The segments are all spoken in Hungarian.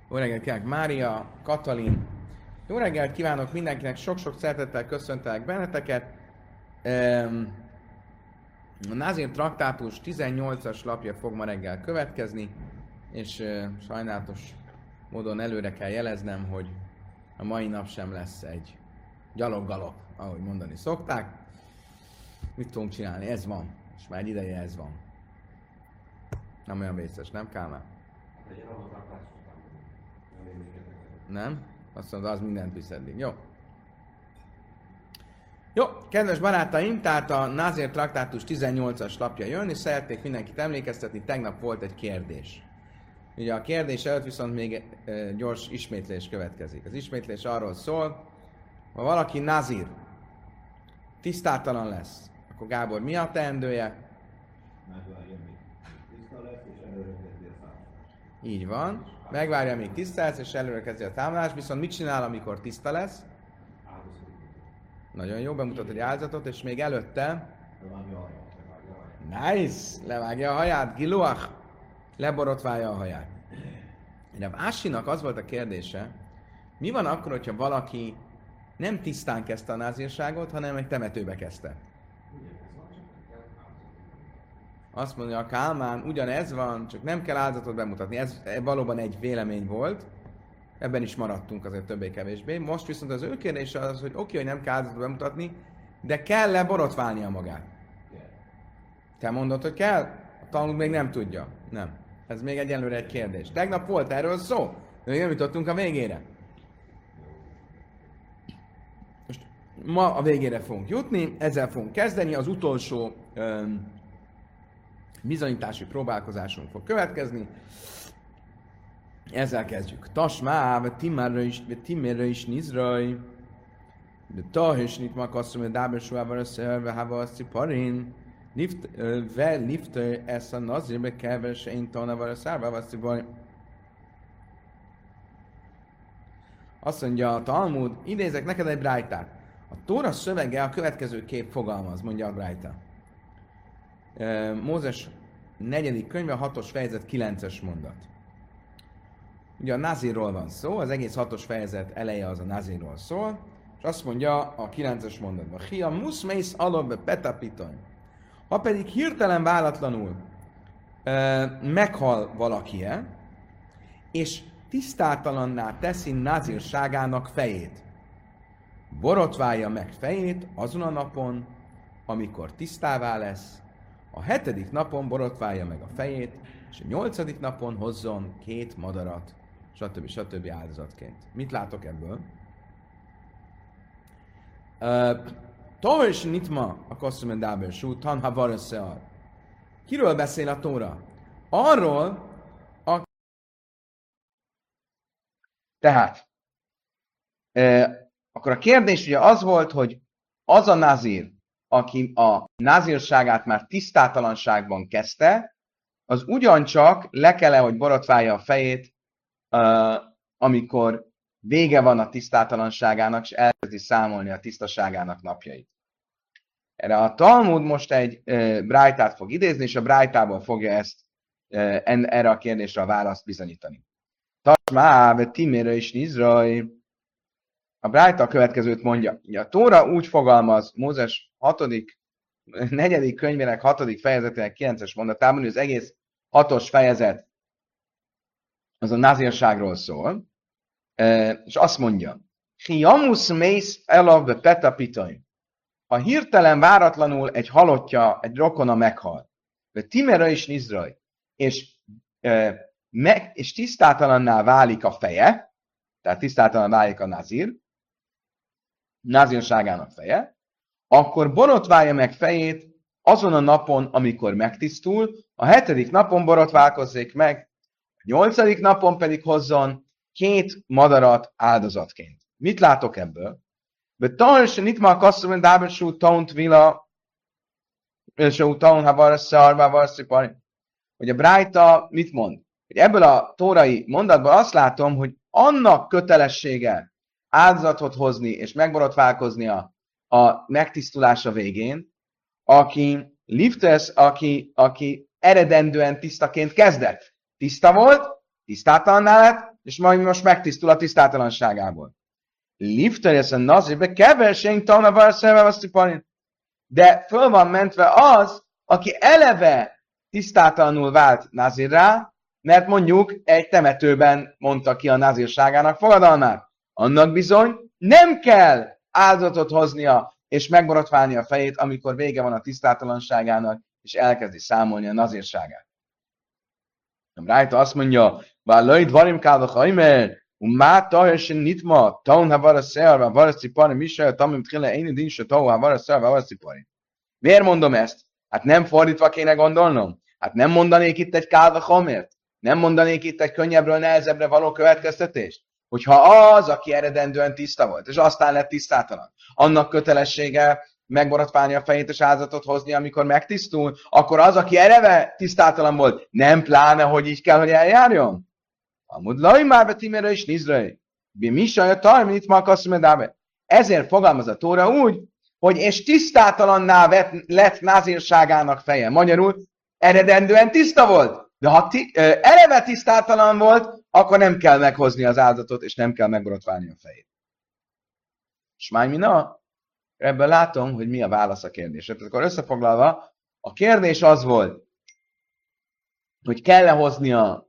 Jó reggelt kívánok, Mária, Katalin. Jó reggelt kívánok mindenkinek, sok-sok szeretettel köszöntelek benneteket. A Názir traktátus 18-as lapja fog ma reggel következni, és sajnálatos módon előre kell jeleznem, hogy a mai nap sem lesz egy gyaloggalop, ahogy mondani szokták. Mit tudunk csinálni? Ez van. És már egy ideje ez van. Nem olyan vészes, nem Kálmán? Nem? Azt mondod, az mindent visz eddig. Jó. Jó, kedves barátaim, tehát a Názir traktátus 18-as lapja jön, és szeretnék mindenkit emlékeztetni, tegnap volt egy kérdés. Ugye a kérdés előtt viszont még gyors ismétlés következik. Az ismétlés arról szól, ha valaki Nazir, tisztátalan lesz, akkor Gábor mi a teendője? Így van. Megvárja, míg tiszta lesz, és előre kezdi a támadást, viszont mit csinál, amikor tiszta lesz? Nagyon jó, bemutat egy áldozatot, és még előtte... Nice! Levágja a haját, giluach! Leborotválja a haját. De Ásinak az volt a kérdése, mi van akkor, hogyha valaki nem tisztán kezdte a názírságot, hanem egy temetőbe kezdte? Azt mondja a Kálmán, ugyanez van, csak nem kell áldozatot bemutatni. Ez valóban egy vélemény volt, ebben is maradtunk azért többé-kevésbé. Most viszont az ő kérdése az, hogy oké, hogy nem kell áldozatot bemutatni, de kell-e borotválnia magát? Te mondod, hogy kell? A Talmud még nem tudja. Nem. Ez még egyelőre egy kérdés. Tegnap volt erről szó, de még nem jutottunk a végére. Most ma a végére fogunk jutni, ezzel fogunk kezdeni, az utolsó bizonyítási próbálkozásunk fog következni. Ezzel kezdjük. Tasmáv, Timmerre is Nizraj, de Tahesnit makasszom, a Dábersúával összehelve, Hava a Ciparin, Lifte ezt a Nazirbe keverse, én tanával a Szárvával a Ciparin. Azt mondja a Talmud, idézek neked egy brájtát. A Tóra szövege a következő kép fogalmaz, mondja a brájta. Mózes 4. könyve, 6. fejezet, 9-es mondat. Ugye a Nazirról van szó, az egész 6. fejezet eleje az a Nazirról szól, és azt mondja a 9-es mondatban, Hia muszmész alapbe petapitony. Ha pedig hirtelen váratlanul meghal valaki-e, és tisztátalanná teszi nazírságának fejét, borotválja meg fejét azon a napon, amikor tisztává lesz, a 7. napon borotválja meg a fejét, és a 8. napon hozzon 2 madarat, stb. Áldozatként. Mit látok ebből? Tovább is nitma a kosszumen dábersú, tanha varösszear. Kiről beszél a Tóra? Arról, Tehát, akkor a kérdés ugye az volt, hogy az a nazír, aki a nazírságát már tisztátalanságban kezdte, az ugyancsak le kell-e, hogy borotválja a fejét, amikor vége van a tisztátalanságának, és elkezdi számolni a tisztaságának napjait. Erre a Talmud most egy brájtát fog idézni, és a brájtából fogja ezt erre a kérdésre a választ bizonyítani. Tasmáv, Timére is Nizraj. A brájta a következőt mondja. A Tóra úgy fogalmaz Mózes 4. könyvének 6. fejezetének 9-es mondatában, hogy az egész 6. fejezet az a nazírságról szól, és azt mondja, Hiamusz mész elav petapitony. Ha hirtelen, váratlanul egy halottja, egy rokona meghal, vagy Timera is Nizraj, és tisztátalanná válik a feje, tehát tisztátalan válik a nazírságának feje, akkor borotválja meg fejét azon a napon, amikor megtisztul, a 7. napon borotválkozzék meg, a 8. napon pedig hozzon 2 madarat áldozatként. Mit látok ebből? De tanulsa nitma kasszum dábersú taunt vila, és a taun havara szarvá varszipari. Hogy a brájta mit mond? Hogy ebből a tórai mondatból azt látom, hogy annak kötelessége áldozatot hozni és megborotválkozni a megtisztulása végén, aki liftes, aki eredendően tisztaként kezdett. Tiszta volt, tisztátalanná lett, és majd most megtisztul a tisztátalanságából. Lifteresen nazirbe keversénk tanulva szervelasztiparin. De föl van mentve az, aki eleve tisztátalanul vált nazirrá, mert mondjuk egy temetőben mondta ki a nazírságának fogadalmát. Annak bizony nem kell áldozatot hoznia és megborotválni a fejét, amikor vége van a tisztátalanságának, és elkezdi számolni a nazírságát. Rájta azt mondja, Válai dvarim kálok ajmer, Má tahesen nitma, taun havara szer, havara cipari, misel, tamim tchile, én idin se tau, havara szer, havara cipari. Miért mondom ezt? Hát nem fordítva kéne gondolnom? Hát nem mondanék itt egy kálva homért? Nem mondanék itt egy könnyebbről nehezebbre való következtetést? Hogyha az, aki eredendően tiszta volt, és aztán lett tisztátalan, annak kötelessége megborotválni a fejét és áldozatot hozni, amikor megtisztul, akkor az, aki eleve tisztátalan volt, nem pláne, hogy így kell, hogy eljárjon? Amúgy laj már betimére is nizrai. Mi saja tarmit ma kaszmedábe. Ezért fogalmaz a Tóra úgy, hogy és tisztátalanná lett názírságának feje. Magyarul eredendően tiszta volt. De ha eleve tisztátalan volt, akkor nem kell meghozni az áldozatot, és nem kell megborotválni a fejét. Smájmina, ebből látom, hogy mi a válasz a kérdésre. Tehát akkor összefoglalva, a kérdés az volt, hogy kell-e hozni a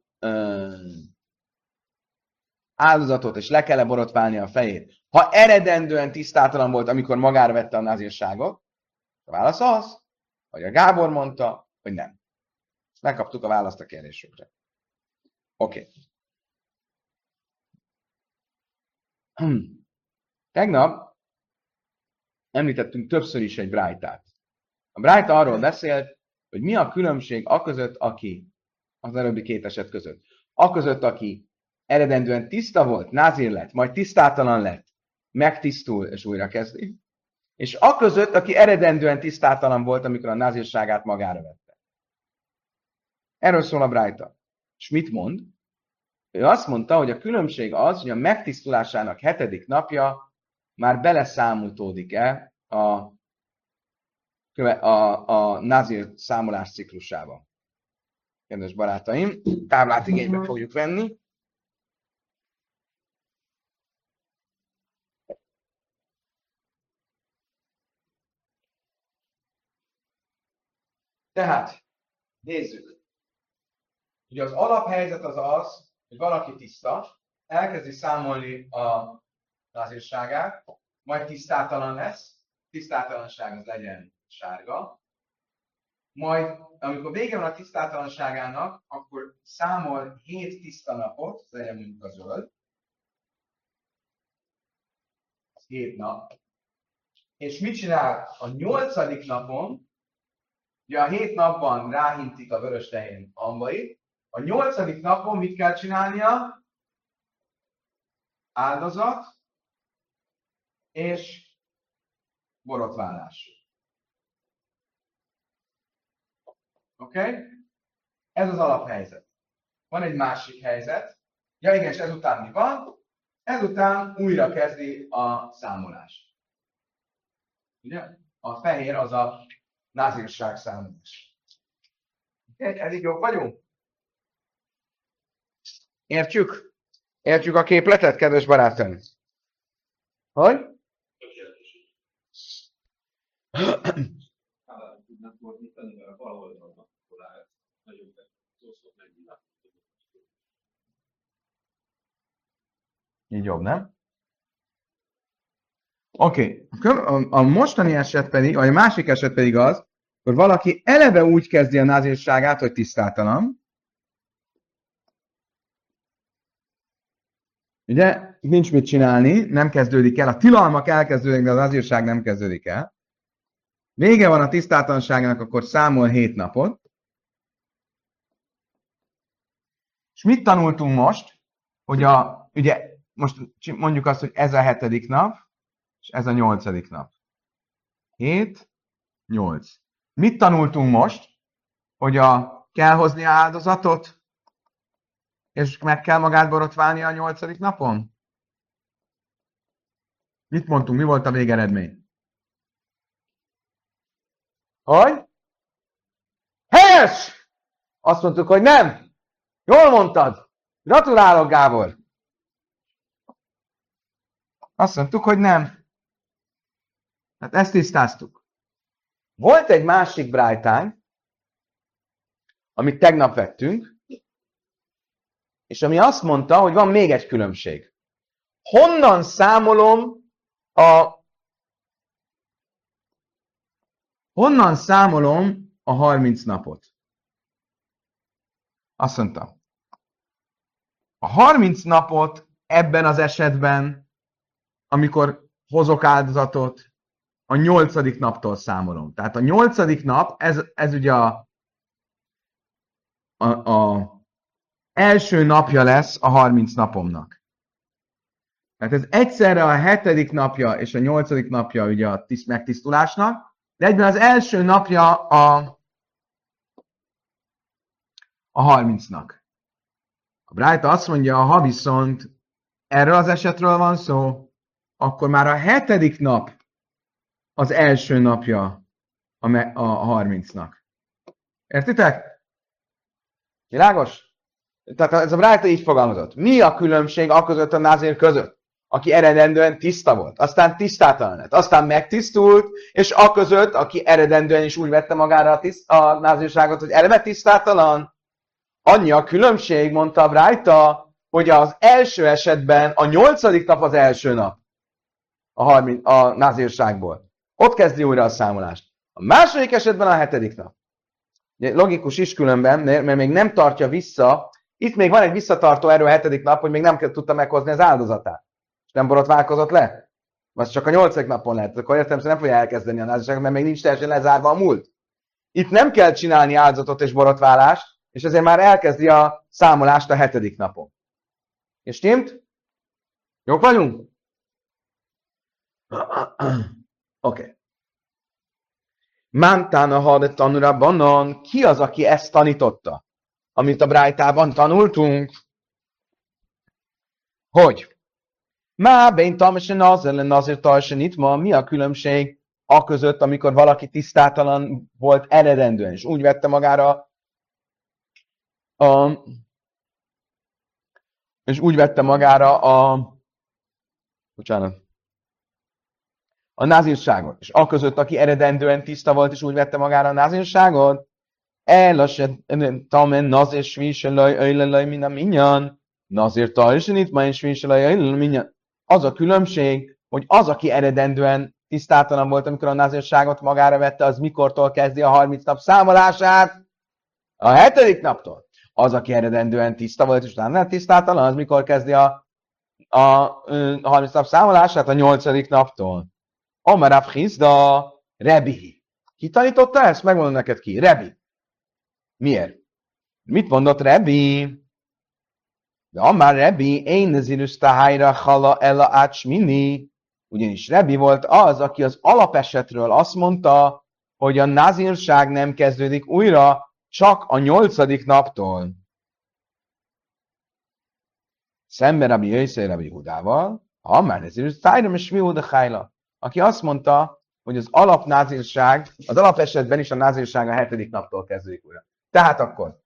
áldozatot, és le kell-e borotválni a fejét, ha eredendően tisztátalan volt, amikor magára vette a názírságot. A válasz az, hogy a Gábor mondta, hogy nem. Megkaptuk a választ a kérdésükre. Oké. Tegnap említettünk többször is egy brájtát. A brájta arról beszélt, hogy mi a különbség aközött, aki az előbbi két eset között. Aközött, aki eredendően tiszta volt, názír lett, majd tisztátalan lett, megtisztul és újra kezdi, és aközött, aki eredendően tisztátalan volt, amikor a názírságát magára vette. Erről szól a brájta. És mit mond? Ő azt mondta, hogy a különbség az, hogy a megtisztulásának 7. napja már beleszámítódik-e a názír számolás ciklusába. Kedves barátaim, táblát igénybe fogjuk venni. Tehát, nézzük. Ugye az alaphelyzet az az, hogy valaki tiszta, elkezdi számolni a názírságát, majd tisztátalan lesz, tisztátalanság az legyen sárga, majd amikor vége van a tisztátalanságának, akkor számol 7 tiszta napot, az legyen mondjuk a zöld, az 7 nap, és mit csinál a 8. napon? Ugye a 7 napban ráhintik a vörös tehén hambait, a 8. napon mit kell csinálnia? Áldozat és borotválás. Oké? Okay? Ez az alaphelyzet. Van egy másik helyzet. Ja igen, és ezután mi van? Ezután újra kezdi a számolást. Ugye? A fehér az a názírság számolás. Okay? Eddig jók vagyunk? Értjük? Értjük a képletet, kedves barátaim? Hogy? Így jobb, nem? Oké. A mostani eset pedig, vagy a másik eset pedig az, hogy valaki eleve úgy kezdi a názírságát, hogy tisztátalan. Ugye, nincs mit csinálni, nem kezdődik el. A tilalmak elkezdődik, de az názírság nem kezdődik el. Vége van a tisztátalanságnak, akkor számol 7 napot. És mit tanultunk most? Hogy ugye most mondjuk azt, hogy ez a 7. nap, és ez a 8. nap. 7, 8. Mit tanultunk most? Hogy kell hozni a áldozatot, és meg kell magát borotválni a 8. napon? Mit mondtunk? Mi volt a végeredmény? Hogy? Helyes! Azt mondtuk, hogy nem. Jól mondtad. Gratulálok, Gábor. Azt mondtuk, hogy nem. Hát ezt tisztáztuk. Volt egy másik brájtánk, amit tegnap vettünk, és ami azt mondta, hogy van még egy különbség. Honnan számolom a a 30 napot? Azt mondta, a 30 napot ebben az esetben, amikor hozok áldozatot, a 8. naptól számolom. Tehát a 8. nap, ez ugye a első napja lesz a 30 napomnak. Tehát ez egyszerre a 7. napja és a 8. napja ugye a megtisztulásnak, de egyben az első napja a 30-nak. A Brájta azt mondja, ha viszont erről az esetről van szó, akkor már a 7. nap az első napja a 30-nak. Értitek? Világos? Tehát ez a Brájta így fogalmazott. Mi a különbség a között a názér között, aki eredendően tiszta volt, aztán tisztátalan lett, aztán megtisztult, és a között, aki eredendően is úgy vette magára a názírságot, hogy eleve tisztátalan? Annyi a különbség, mondta a Brájta, hogy az első esetben a 8. nap az első nap a názírságból. Ott kezdi újra a számolást. A második esetben a 7. nap. Ugye, logikus is különben, mert még nem tartja vissza, itt még van egy visszatartó erő a 7. nap, hogy még nem tudta meghozni az áldozatát. És nem borotválkozott le. Vagy csak a 8. napon lehet. Akkor értem, hogy nem fogja elkezdeni a názírságot, mert még nincs teljesen lezárva a múlt. Itt nem kell csinálni áldozatot és borotválást, és ezért már elkezdi a számolást a 7. napon. És stimmt? Jók vagyunk? Oké. Mántána hadet tanúra banon. Ki az, aki ezt tanította? Amit a Brájtában tanultunk? Hogy? Má bén tamesen az ellen azért tartsen itt ma, mi a különbség a között, amikor valaki tisztátalan volt eredendően, és úgy vette magára a bocsánat, a názírságot. És a között, aki eredendően tiszta volt, és úgy vette magára a názírságot, tamen nazir svíselaj öjlelaj min minyan, nazir tajsen itt már svíselaj öjlelaj minyan. Az a különbség, hogy az, aki eredendően tisztátalan volt, amikor a názírságot magára vette, az mikortól kezdi a 30 nap számolását? A 7. naptól. Az, aki eredendően tiszta volt, és utána tisztátalan, az mikor kezdi a 30 nap számolását? A 8. naptól. Amarav Hizda Rebi. Ki tanította ezt? Megmondom neked ki. Rebi. Miért? Mit mondott Rebi? De Amar Rebi, én nezirus tahajra hala ela ácsmini. Ugyanis Rebi volt az, aki az alapesetről azt mondta, hogy a nazírság nem kezdődik újra, csak a 8. naptól. Szemben Rabbi Jöjszé Rabbi Hudával, ha már nezirus tahajra és mi Huda hajla, aki azt mondta, hogy az alapnázírság, az alapesetben is a názírság a 7. naptól kezdődik újra. Tehát akkor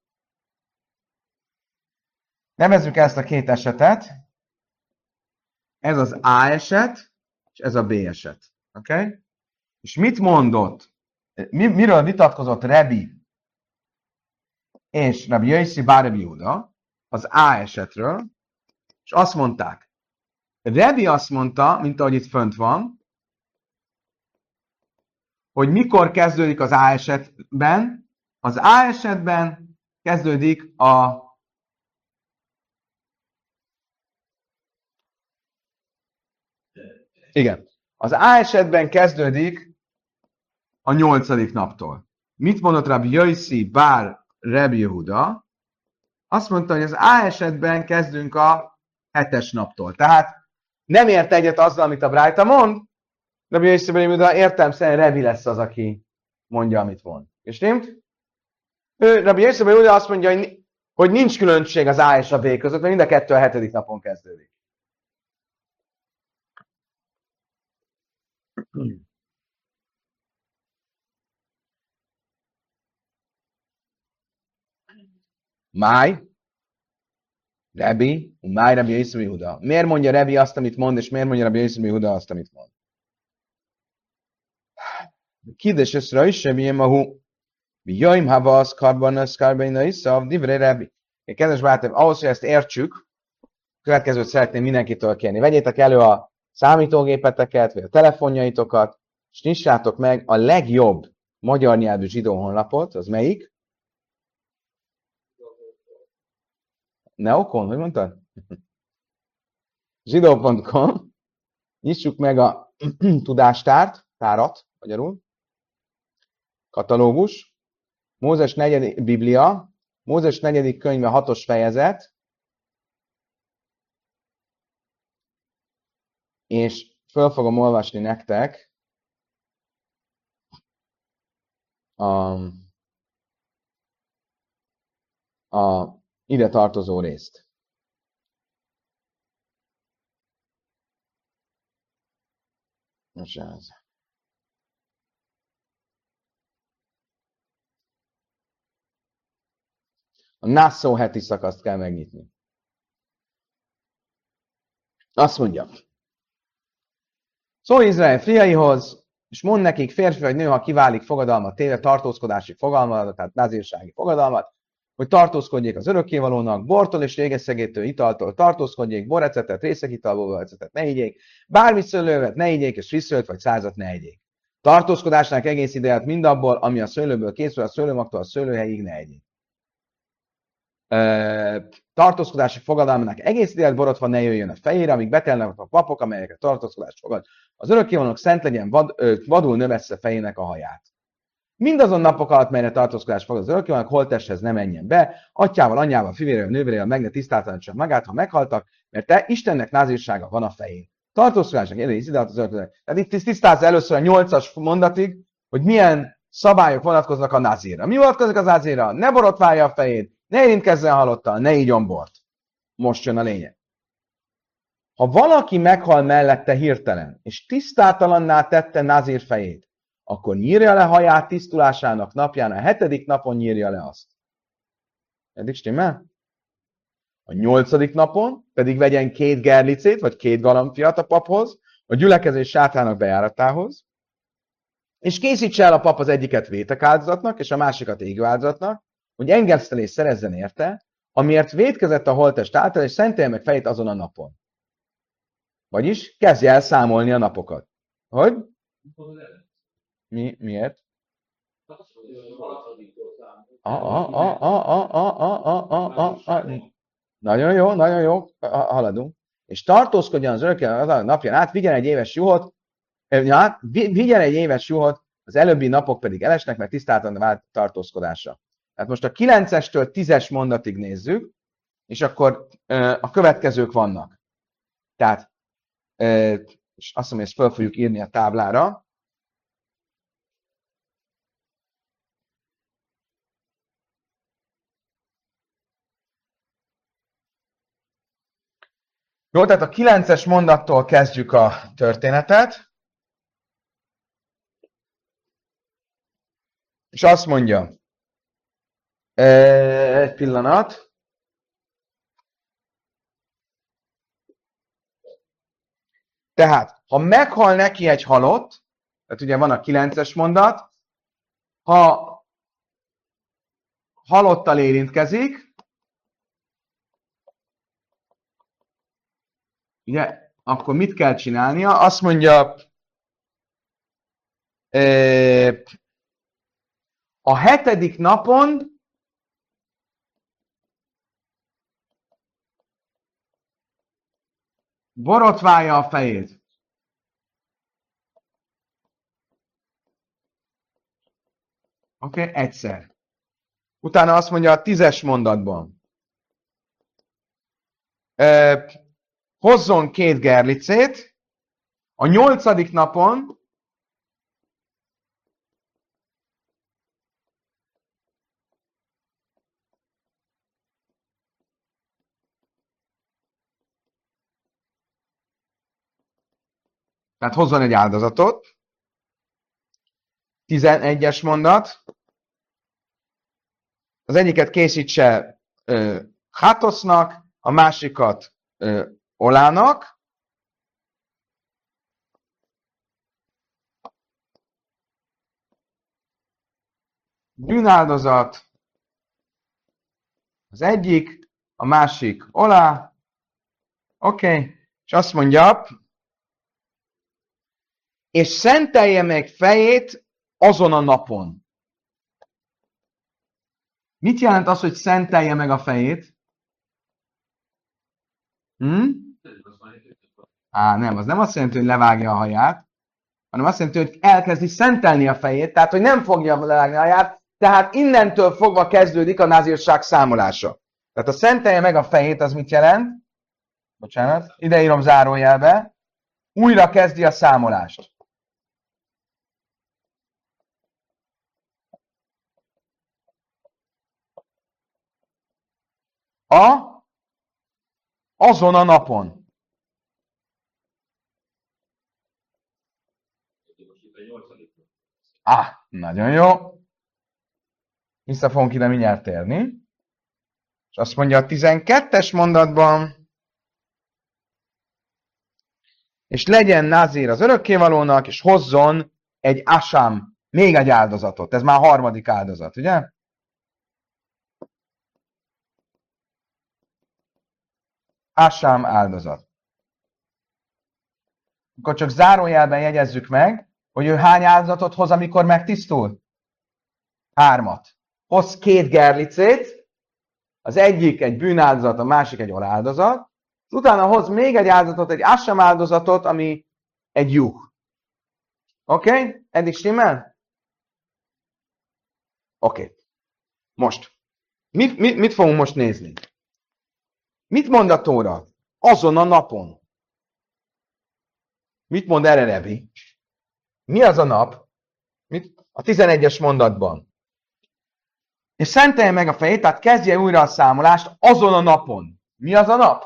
nevezzük ezt a két esetet. Ez az A eset, és ez a B eset. Oké? Okay? És mit mondott? Miről vitatkozott Rebi és Rabbi Jöjszi bár Rabbi Huda az A esetről, és azt mondták. Rebi azt mondta, mint ahogy itt fönt van, hogy mikor kezdődik az A esetben. Az A esetben kezdődik igen. Az A esetben kezdődik a 8. naptól. Mit mondott Rabbi Jöjszi bár Rabbi Yehuda? Azt mondta, hogy az A esetben kezdünk a 7. naptól. Tehát nem ért egyet azzal, amit a Brájta mond, Rabbi Jöjszi bár Rabbi Yehuda értelemszerűen Rebi lesz az, aki mondja, amit mond. És nem? Rabbi Jöjszi bár Yehuda azt mondja, hogy nincs különbség az A és a B között, mert mind a kettő a 7. napon kezdődik. Máj. Rebi, máj Rebi Iszmi Huda. Miért mondja Rebi azt, amit mond, és miért mondja Rebi Iszmi Huda azt, amit mond? Kides eszra is Rebi Mahu. Jaim Havas, Karbanas, Karbaina Iszav, Divre Rebi. Kedves barátaim, ahhoz, hogy ezt értsük, következőt szeretném mindenkitől kérni. Vegyétek elő a számítógépeteket, vagy a telefonjaitokat, és nyissátok meg a legjobb magyar nyelvű zsidó honlapot. Az melyik? Neokon, hogy mondtad? Zsidó.com. Nyissuk meg a tudástárat, magyarul. Katalógus. Mózes 4. Biblia. Mózes 4. könyve 6. fejezet. És föl fogom olvasni nektek a ide tartozó részt. Most ez. A Nassau heti szakaszt kell megnyitni. Azt mondja. Szólj Izrael fiaihoz, és mondd nekik, férfi vagy nő, ha kiválik fogadalmat téve, tartózkodási fogadalmat, tehát nazírsági fogadalmat, hogy tartózkodjék az örökkévalónak, bortól és régeszegétől italtól tartózkodjék, borrecetet, részegitalból borrecetet ne igyék, bármi szőlővet ne igyék, és frisszőt vagy százat ne igyék. Tartózkodásnak egész idejét mindabból, ami a szőlőből készül, a szőlőmagtól a szőlőhelyig ne igyék. Tartózkodási fogadalmának egész idejét borotva ne jöjjön a fejére, amíg betelnek a papok, amelyeket tartózkodást fogad. Az örökkévalónak szent legyen, vadul növessze fejének a haját. Mindazon napok alatt, melyre tartózkodás fogad az örökkévalónak, holttesthez ne menjen be, atyával, anyjával, fivérével, nővérével meg ne tisztáltatsa magát, ha meghaltak, mert te Istennek názírsága van a fején. Tartózkodásnak egész ide az örökkévalónak. Tehát itt tisztázza először a 8-as mondatig, hogy milyen szabályok vonatkoznak a nazírra. Mi vonatkozik az nazírra? Ne borotválja a fejét, ne érintkezzen halottal, ne igyon bort. Most jön a lényeg. Ha valaki meghal mellette hirtelen, és tisztátalanná tette nazír fejét, akkor nyírja le haját tisztulásának napján, a 7. napon nyírja le azt. Eddig stimmel? A 8. napon pedig vegyen 2 gerlicét, vagy 2 galambfiat a paphoz, a gyülekezés sátának bejáratához, és készítse el a pap az egyiket vétek áldozatnak, és a másikat égő áldozatnak, hogy engesztelést szerezzen érte, amiért vétkezett a holttest által, és szentelje meg fejét azon a napon. Vagyis kezdje el számolni a napokat. Hogy? Miért? Nagyon jó, haladunk. És tartózkodjon az örökkévaló napján át, vigyen egy éves juhot, az előbbi napok pedig elesnek, mert tisztáltan vált tartózkodásra. Tehát most a 9-estől 10-es mondatig nézzük, és akkor a következők vannak. Tehát, és azt mondom, hogy ezt fel fogjuk írni a táblára. Jó, tehát a 9-es mondattól kezdjük a történetet. És azt mondja, egy pillanat. Tehát, ha meghal neki egy halott, tehát ugye van a 9-es mondat, ha halottal érintkezik, ugye, akkor mit kell csinálnia? Azt mondja, a 7. napon borotválja a fejét. Oké, egyszer. Utána azt mondja a 10-es mondatban. Hozzon 2 gerlicét, a 8. napon tehát hozzon egy áldozatot. 11-es mondat. Az egyiket készítse hátosznak, a másikat olának, bűnáldozat az egyik, a másik olá, oké, és azt mondja, és szentelje meg fejét azon a napon. Mit jelent az, hogy szentelje meg a fejét? Nem, az nem azt jelenti, hogy levágja a haját, hanem azt jelenti, hogy elkezdi szentelni a fejét, tehát, hogy nem fogja levágni a haját, tehát innentől fogva kezdődik a názírság számolása. Tehát a szentelje meg a fejét, az mit jelent? Bocsánat, ide írom zárójelbe. Újra kezdi a számolást. Azon a napon. Nagyon jó. Vissza fogunk ide mindjárt térni. És azt mondja a 12-es mondatban, és legyen Nazír az örökkévalónak, és hozzon egy asám, még egy áldozatot. Ez már a harmadik áldozat, ugye? Asám áldozat. Akkor csak zárójelben jegyezzük meg, hogy ő hány áldozatot hoz, amikor megtisztul? 3. Hoz 2 gerlicét, az egyik egy bűnáldozat, a másik egy oláldozat, és utána hoz még egy áldozatot, egy asám áldozatot, ami egy juh. Oké? Eddig stimmel? Oké. Most. Mit fogunk most nézni? Mit mond a Tóra? Azon a napon. Mit mond erre Rebi? Mi az a nap? A 11-es mondatban. És szentelje meg a fejét, tehát kezdje újra a számolást azon a napon. Mi az a nap?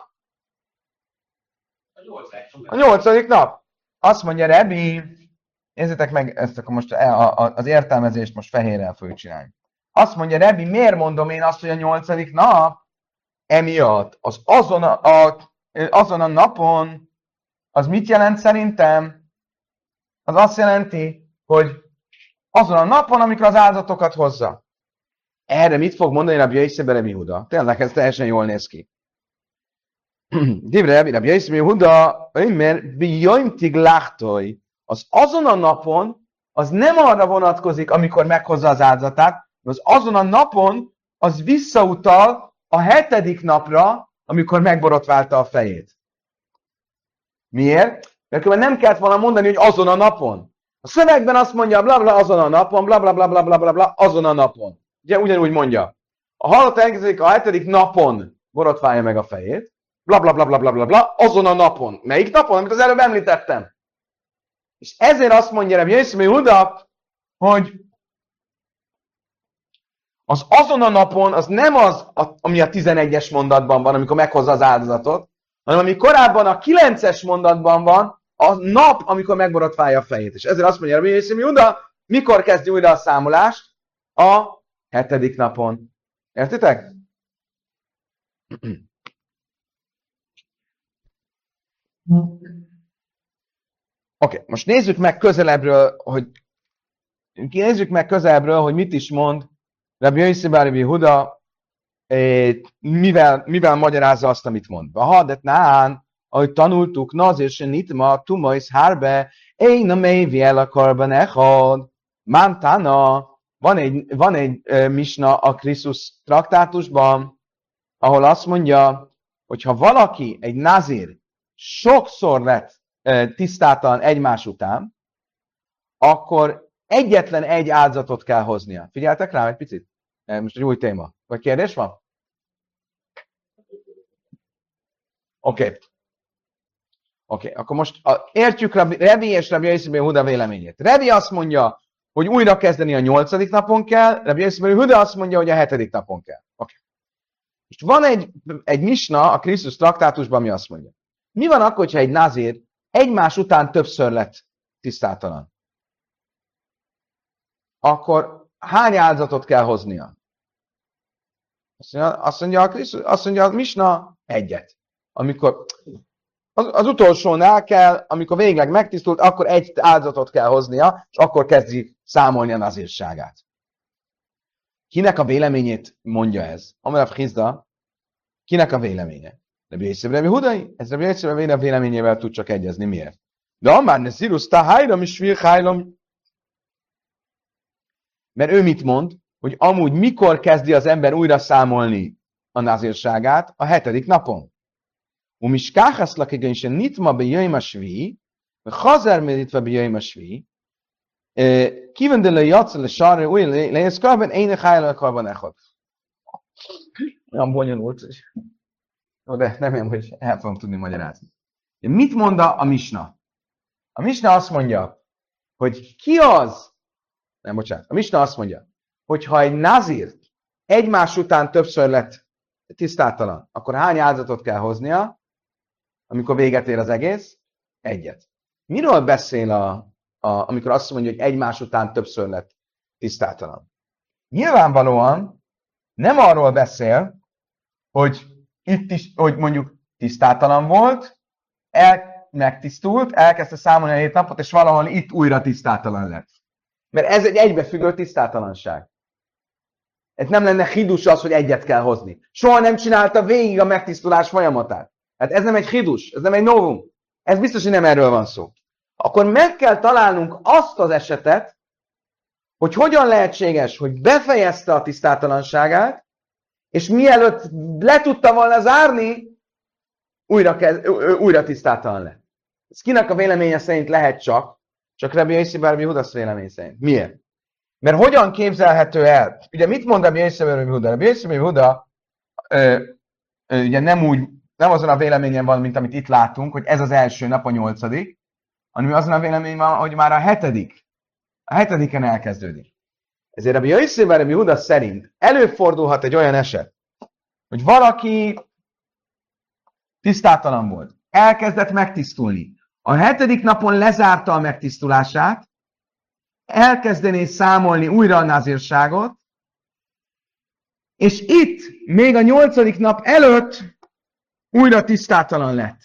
A 8. nap. Azt mondja Rebi, nézzétek meg ezt, akkor most az értelmezést most fehérrel fogjuk csinálni. Azt mondja Rebi, miért mondom én azt, hogy a 8. nap? Emiatt azon a napon, az mit jelent szerintem? Az azt jelenti, hogy azon a napon, amikor az áldozatokat hozza. Erre mit fog mondani Rabbi Yossi ben Yehuda? Tényleg ez teljesen jól néz ki. Divre Rabbi Yossi ben Yehuda, mert bijoimtig láhtoj, az azon a napon, az nem arra vonatkozik, amikor meghozza az áldozatát, az azon a napon, az visszautal a 7. napra, amikor megborotválta a fejét. Miért? Mert nem kellett volna mondani, hogy azon a napon. A szövegben azt mondja, bla bla azon a napon, bla bla bla bla bla bla bla azon a napon. Ugye ugyanúgy mondja. A halott elkezdődik a 7. napon borotválja meg a fejét, bla bla bla bla bla bla bla azon a napon. Melyik napon? Amit az előbb említettem. És ezért azt mondja Rabbi Yossi ben Yehuda, hogy az azon a napon az nem az, ami a 11-es mondatban van, amikor meghozza az áldozatot, hanem ami korábban a 9-es mondatban van, a nap, amikor megborotválja a fejét. És ezért azt mondja Rabbi Yossi ben Yehuda, mikor kezdi újra a számolást? A 7. napon. Értitek? Oké, most nézzük meg közelebbről, hogy mit is mond Rabbi Yossi ben Yehuda, mivel magyarázza azt, amit mond. Bahadet nán, ahogy tanultuk, nazir se nitma, tumais hárbe, én a mélyviel a karban echad, mántana, van egy misna a Krisztus traktátusban, ahol azt mondja, hogy ha valaki, egy nazir, sokszor lett tisztátalan egymás után, akkor egyetlen egy áldozatot kell hoznia. Figyeltek rám egy picit? Most egy új téma. Vagy kérdés van? Oké, akkor most értjük Revi és Rabbi Yossi ben Yehuda véleményét. Revi azt mondja, hogy újra kezdeni a 8. napon kell, Rabbi Yossi ben Yehuda azt mondja, hogy a 7. napon kell. Oké. Most van egy misna a Krisztus traktátusban, ami azt mondja. Mi van akkor, ha egy nazír egymás után többször lett tisztátalan? Akkor hány áldozatot kell hoznia? Azt mondja a misna, egyet. Amikor az utolsónál kell, amikor végleg megtisztult, akkor egy áldozatot kell hoznia, és akkor kezdi számolni a nazírságát. Kinek a véleményét mondja ez? Amarav Hizda, kinek a véleménye? Rabbi Yosef Rabbi Hudai? Ez Rabbi Yosef Rabbi véleményével tud csak egyezni. Miért? De amár ne szirus táhájram is virhájram. Mert ő mit mond? Hogy amúgy mikor kezdi az ember újra számolni a nazírságát? A 7. napon. Umiskáhaszlak egyensen nitma be jöjjm a svi, hazár meditva be jöjjm a svi, kivendele jatsz le sarra új lejeszkarban, ének hájlalkarban echad. Olyan bonyolult. De remélem, hogy el fogom tudni magyarázni. De mit mond a misna? A misna azt mondja, hogy ki az? Nem, bocsánat. A misna azt mondja, hogy ha egy nazír egymás után többször lett tisztátalan, akkor hány áldozatot kell hoznia, amikor véget ér az egész? Egyet. Miről beszél amikor azt mondja, hogy egymás után többször lett tisztátalan? Nyilvánvalóan nem arról beszél, hogy itt is, hogy mondjuk tisztátalan volt, megtisztult, elkezdte számolni a 7 napot, és valahol itt újra tisztátalan lett. Mert ez egy egybefüggő tisztátalanság. Ez nem lenne hidus az, hogy egyet kell hozni. Soha nem csinálta végig a megtisztulás folyamatát. Hát ez nem egy hidus, ez nem egy novum. Ez biztos, hogy nem erről van szó. Akkor meg kell találnunk azt az esetet, hogy hogyan lehetséges, hogy befejezte a tisztátalanságát, és mielőtt le tudta volna zárni, újra tisztátalan lett. Ez kinek a véleménye szerint lehet csak Rabbi Yossi Bar Rabbi Huda vélemény szerint. Miért? Mert hogyan képzelhető el? Ugye mit mond Rabbi Yossi Bar Rabbi Huda? Rabbi Yossi Bar Rabbi Huda ugye nem azon a véleményen van, mint amit itt látunk, hogy ez az első nap, a 8., hanem azon a véleményen van, hogy már a 7. A 7-en elkezdődik. Ezért Rabbi Yossi Bar Rabbi Huda szerint előfordulhat egy olyan eset, hogy valaki tisztátalan volt, elkezdett megtisztulni. A 7. napon lezárta a megtisztulását, elkezdené számolni újra a nazírságot, és itt, még a 8. nap előtt újra tisztátalan lett.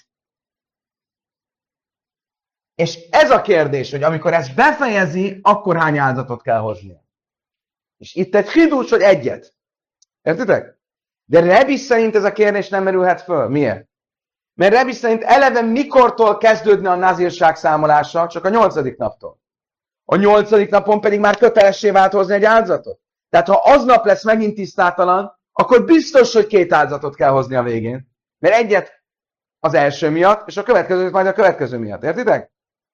És ez a kérdés, hogy amikor ezt befejezi, akkor hány áldozatot kell hoznia. És itt egy hidus, hogy egyet. Értitek? De Rebbi szerint ez a kérdés nem merülhet föl. Miért? Mert Rebbi szerint eleve mikortól kezdődne a nazírság számolása? Csak a 8. naptól. A 8. napon pedig már kötelessé vált hozni egy áldozatot. Tehát ha aznap lesz megint tisztátalan, akkor biztos, hogy 2 áldozatot kell hozni a végén. Mert egyet az első miatt, és a következőt majd a következő miatt. Értitek?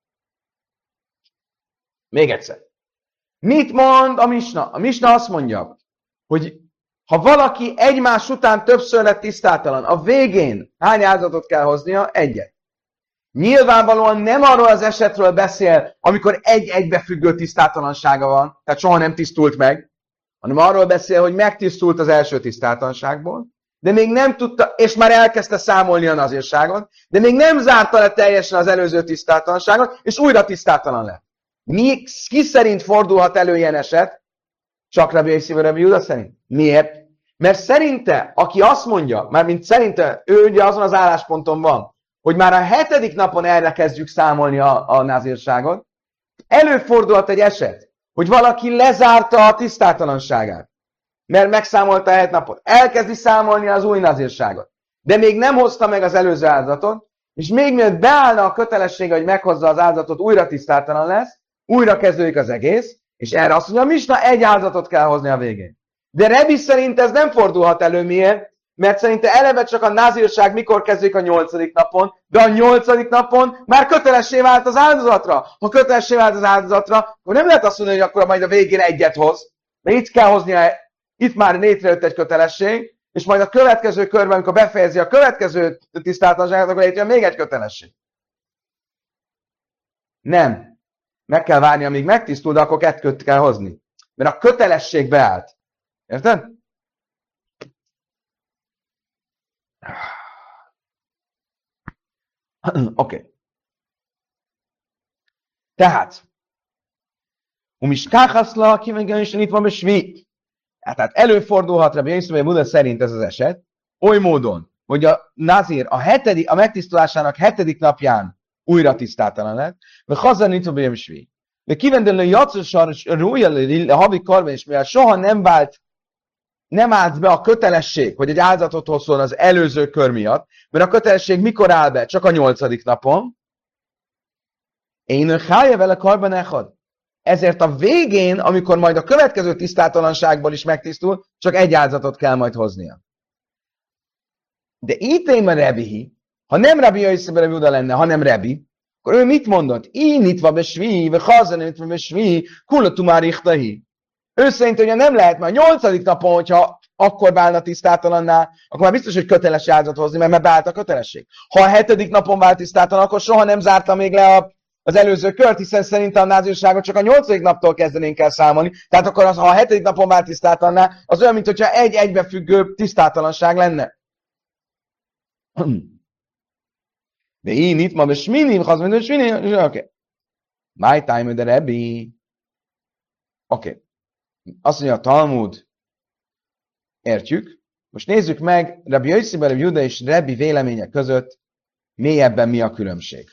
Még egyszer. Mit mond a misna? A misna azt mondja, hogy ha valaki egymás után többször lett tisztátalan, a végén hány áldozatot kell hoznia? Egyet. Nyilvánvalóan nem arról az esetről beszél, amikor egy egybefüggő tisztátalansága van, tehát soha nem tisztult meg, hanem arról beszél, hogy megtisztult az első tisztátalanságból, de még nem tudta, és már elkezdte számolni a nazírságot, de még nem zárta le teljesen az előző tisztátalanságot, és újra tisztátalan lett. Ki szerint fordulhat elő ilyen eset? Csak Rabbi Yossi Rabbi Huda szerint. Miért? Mert szerinte, aki azt mondja, mármint szerinte, ő ugye azon az állásponton van, hogy már a 7. napon erre kezdjük számolni a nazírságot, előfordulhat egy eset, hogy valaki lezárta a tisztátalanságát, mert megszámolta a 7 napot, elkezdi számolni az új nazírságot, de még nem hozta meg az előző áldozatot, és még mielőtt beállna a kötelessége, hogy meghozza az áldozatot, újra tisztátalan lesz, újra kezdődik az egész, és erre azt mondja, a misna egy áldozatot kell hozni a végén. De Rebbi szerint ez nem fordulhat elő, miért? Mert szerinte eleve csak a nazírság mikor kezdődik a 8. napon, de a 8. napon már kötelessé vált az áldozatra. Ha kötelessé vált az áldozatra, akkor nem lehet azt mondani, hogy akkor majd a végén egyet hoz. Mert itt kell hoznia, itt már létrejött egy kötelesség, és majd a következő körben, amikor befejezi a következő tisztátalanságot, akkor létrejön még egy kötelesség. Nem. Meg kell várni, amíg megtisztul, de akkor 2 kell hozni. Mert a kötelesség beállt. Érted? Oké. Tehát, umiskáhaszla, kivengősen itt van besvi. Tehát előfordulhat Rabbi Yossi Bar Rabbi Huda szerint ez az eset, oly módon, hogy a nazír a megtisztulásának 7. napján újra tisztátalan lett, vagy hazanítva bémsvi. De kivendelő jacosar rújjal a havi karban, és mivel soha nem állt be a kötelesség, hogy egy áldozatot hozzon az előző kör miatt, mert a kötelesség mikor áll be? Csak a 8. napon. Én hája vele karban echad. Ezért a végén, amikor majd a következő tisztátalanságból is megtisztul, csak egy áldozatot kell majd hoznia. De itt én a Rebihi, ha nem Rabbi Jöjszöbere Júda lenne, hanem Rebi, akkor ő mit mondott? Így nyitva besvi, vagy hazan nyitva besvi, kullatumár ichtahi. Ő szerint, hogy nem lehet már 8. napon, hogyha akkor válna tisztátalanná, akkor már biztos, hogy köteles áldozatot hozni, mert beállt a kötelesség. Ha a 7. napon vált tisztátalan, akkor soha nem zárta még le az előző kört, hiszen szerint a názírságot csak a 8. naptól kezdenénk el számolni. Tehát akkor ha a 7. napon vált tisztátalanná, az olyan, mintha egy egybefüggő tisztátalanság lenne. De én itt ma besminim, hazmondom, besminim, oké. My time de Rebbi. Oké. Azt mondja a Talmud, értjük. Most nézzük meg Rabbi Jöjszöbere Júda és Rebbi véleménye között mélyebben mi a különbség.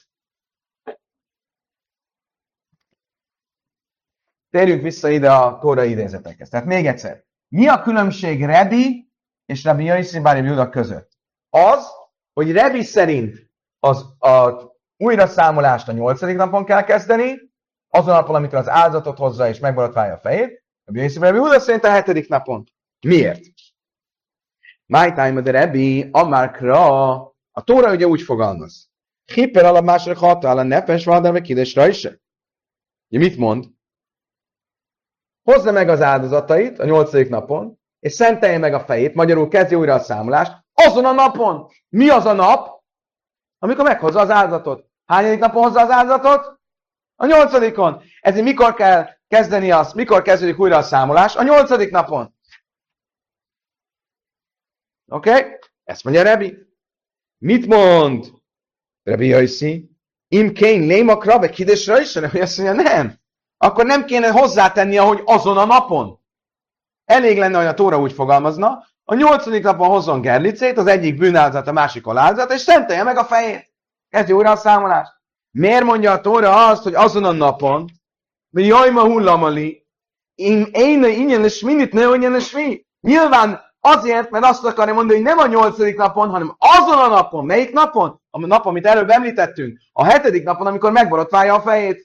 Térjünk vissza ide a tórai idézetekhez. Tehát még egyszer. Mi a különbség Rebbi és Rabbi Jöjszöbere Júda között? Az, hogy Rebbi szerint a újraszámolást a 8. napon kell kezdeni, azon napon, amikor az áldozatot hozza és megborotválja a fejét, Rabbi Jöjszöbere Júda szerint a 7. napon. Miért? My time de Rebbi, Amarkra, a Tóra ugye úgy fogalmaz. Hipper alap másra hatál a nepes vádár meg kidesra is. Ugye mit mond? Hozza meg az áldozatait a 8. napon, és szentelje meg a fejét, magyarul kezdje újra a számolást, azon a napon. Mi az a nap? Amikor meghozza az áldozatot. Hányadik napon hozza az áldozatot? A 8. Ezért mikor kell kezdeni azt? Mikor kezdődik újra a számolás? A 8. napon. Oké? Ezt mondja Rebbi. Mit mond Rebbi Jöjszi? Im kén lémakra, vagy kidésre is? Rebbi azt mondja, nem. Akkor nem kéne hozzátenni, ahogy azon a napon. Elég lenne, hogy a Tóra úgy fogalmazna, a 8. napon hozzon gerlicét, az egyik bűnáldozat, a másik aláldozat, és szentelje meg a fejét. Kezdje újra a számolást. Miért mondja a Tóra azt, hogy azon a napon, hogy jaj, ma hullamali, én ingyen lesz minit, ne ingyen lesz mi. Nyilván azért, mert azt akarja mondani, hogy nem a 8. napon, hanem azon a napon. Melyik napon? A nap, amit előbb említettünk. A 7. napon, amikor megborotválja a fejét.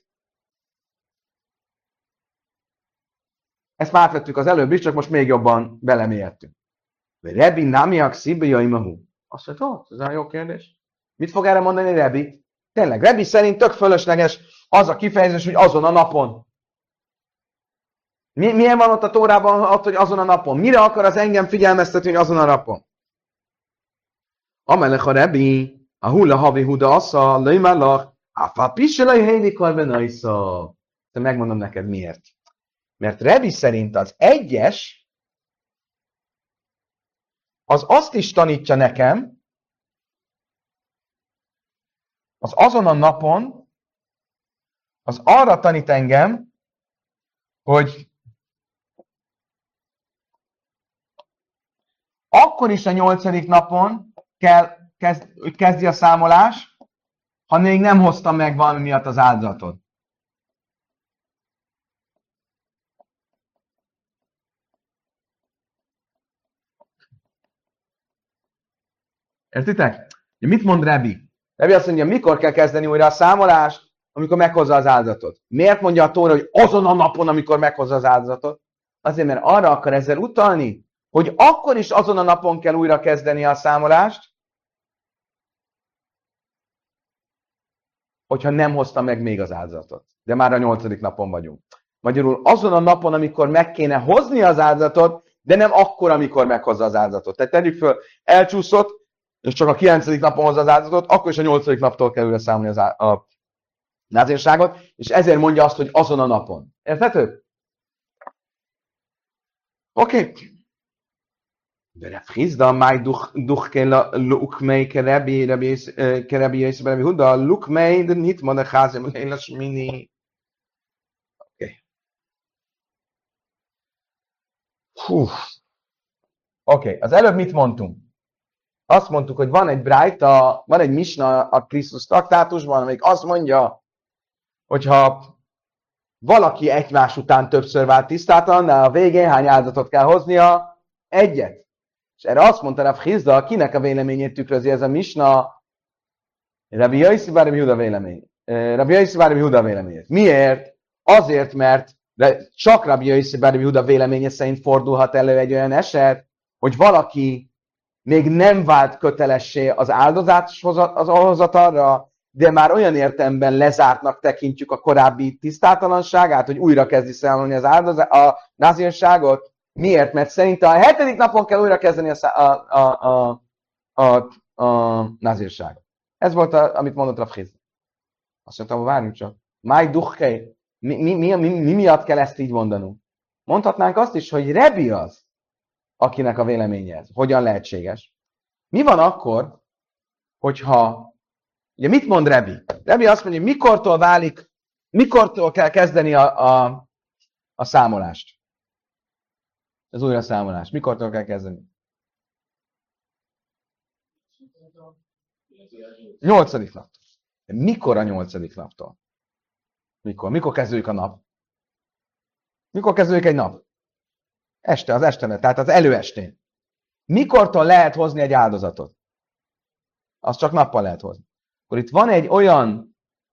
Ezt már átvettük az előbb is, csak most még jobban belemélyedtünk. Rebbi namiak szibbi mahu. Azt mondja, ez egy jó kérdés. Mit fog erre mondani Rebbi? Tényleg, Rebbi szerint tök fölösleges az a kifejezés, hogy azon a napon. Milyen van ott a Tórában, ott, hogy azon a napon? Mire akar az engem figyelmeztetni, hogy azon a napon? Amelech a Rebbi, a hulla havi huda assza, löjmellach, áfá pisselai helydi karbenaisza. De megmondom neked miért. Mert Rebbi szerint az 1-es az azt is tanítja nekem, az azon a napon, az arra tanít engem, hogy akkor is a 8. napon kell, hogy kezdi a számolás, ha még nem hoztam meg valami miatt az áldozatot. Értitek? Mit mond Rebbi? Rebbi azt mondja, mikor kell kezdeni újra a számolást, amikor meghozza az áldozatot. Miért mondja a Tóra, hogy azon a napon, amikor meghozza az áldozatot? Azért, mert arra akar ezzel utalni, hogy akkor is azon a napon kell újra kezdeni a számolást, hogyha nem hozta meg még az áldozatot. De már a 8. napon vagyunk. Magyarul azon a napon, amikor meg kéne hozni az áldozatot, de nem akkor, amikor meghozza az áldozatot. Tehát tegyük föl, elcsúszott, és csak a 9. napon hozza az áldozatot, akkor is a 8. naptól kell újra számolni a názírságot, és ezért mondja azt, hogy azon a napon. Érthető? Oké. De Reb Hizda, máj duchke lukmei kerebi Jöjszöbere Júda, lukmei, de nit ma de házem lélas mini. Oké. Oké, az előbb mit mondtunk? azt mondtuk, hogy van egy Brájta, van egy Misna a Krisztus traktátusban, amelyik azt mondja, hogyha valaki egymás után többször vált tisztátalannál, a végén hány áldozatot kell hoznia? Egyet. És erre azt mondta Rav Hizda, kinek a véleményét tükrözi ez a Misna? Rabbi Yossi bar Rabbi Huda vélemény. Rabbi Yossi bar Rabbi Huda véleményét. Miért? Azért, mert csak Rabbi Yossi bar Rabbi Huda véleménye szerint fordulhat elő egy olyan eset, hogy valaki még nem vált kötelessé az áldozathozatalra, de már olyan értelemben lezártnak tekintjük a korábbi tisztátalanságát, hogy újra kezdi számolni a názírságot. Miért? Mert szerintem a 7. napon kell újra kezdeni a názírságot. Ez volt, amit mondott Rav Hizda. Azt mondtam, várjunk csak. Máj duchkei. Mi miatt kell ezt így mondanunk? Mondhatnánk azt is, hogy Rebi az, akinek a véleménye ez. Hogyan lehetséges? Mi van akkor, hogyha... Ugye mit mond Rebi? Rebi azt mondja, mikortól kell kezdeni a számolást? Az újra számolást. Mikortól kell kezdeni? 8. naptól. De mikor a 8. naptól? Mikor kezdődik a nap? Mikor kezdődik egy nap? Este, az este, tehát az előestén. Mikortól lehet hozni egy áldozatot? Azt csak nappal lehet hozni. Akkor itt van egy olyan